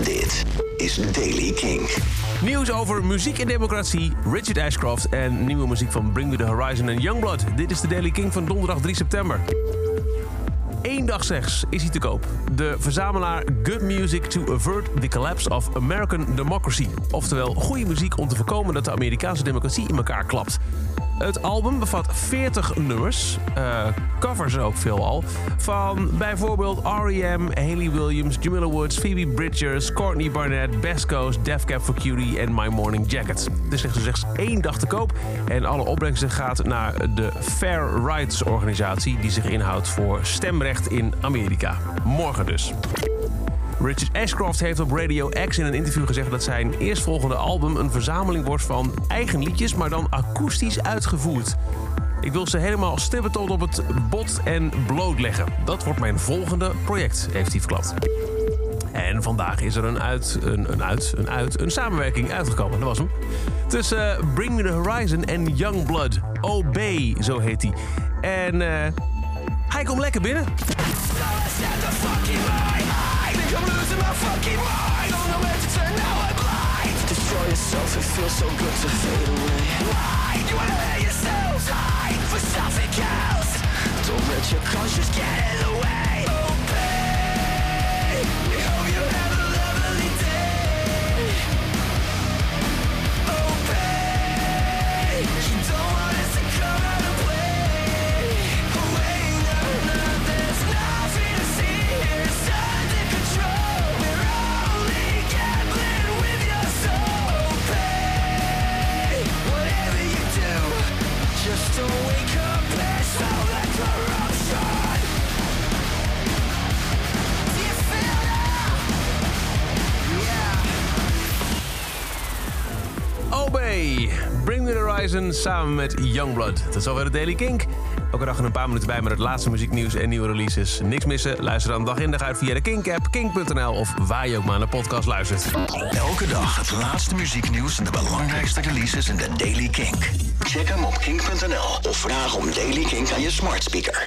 Dit is Daily Kink. Nieuws over muziek en democratie, Richard Ashcroft en nieuwe muziek van Bring Me The Horizon en Youngblood. Dit is de Daily Kink van donderdag 3 september. Eén dag slechts is hij te koop. De verzamelaar Good Music to Avert the Collapse of American Democracy. Oftewel, goede muziek om te voorkomen dat de Amerikaanse democratie in elkaar klapt. Het album bevat 40 nummers, covers ook veelal, van bijvoorbeeld R.E.M., Hayley Williams, Jamila Woods, Phoebe Bridgers, Courtney Barnett, Best Coast, Def Cab for Cutie en My Morning Jacket. Er is slechts 1 dag te koop en alle opbrengsten gaat naar de Fair Rights organisatie die zich inhoudt voor stemrecht in Amerika. Morgen dus. Richard Ashcroft heeft op Radio X in een interview gezegd dat zijn eerstvolgende album een verzameling wordt van eigen liedjes, maar dan akoestisch uitgevoerd. Ik wil ze helemaal stippentot op het bot en blootleggen. Dat wordt mijn volgende project, heeft hij verklapt. En vandaag is er een samenwerking uitgekomen. Dat was hem. Tussen Bring Me The Horizon en Youngblood. OB, zo heet hij. En hij komt lekker binnen. I'm losing my fucking mind. Don't know where to turn, now I'm blind. Destroy yourself, it feels so good to fade away. Why? You wanna hurt yourself? Time for something else. Don't let your conscience get in the way. Oh, babe, we hope you have a lovely day. Oh, babe, you don't want us to come out and play. Oh, wait, no, there's nothing to see here. It's under control. We're only gambling with your soul, babe. Whatever you do, just don't wake up and smell that corruption. Do you feel that? Yeah. OB, Bring Me The Horizon samen met Youngblood. Dat is alweer de Daily Kink. Elke dag een paar minuten bij met het laatste muzieknieuws en nieuwe releases. Niks missen? Luister dan dag in dag uit via de Kink-app, kink.nl of waar je ook maar naar de podcast luistert. Elke dag het laatste muzieknieuws en de belangrijkste releases in de Daily Kink. Check hem op kink.nl of vraag om Daily Kink aan je smart speaker.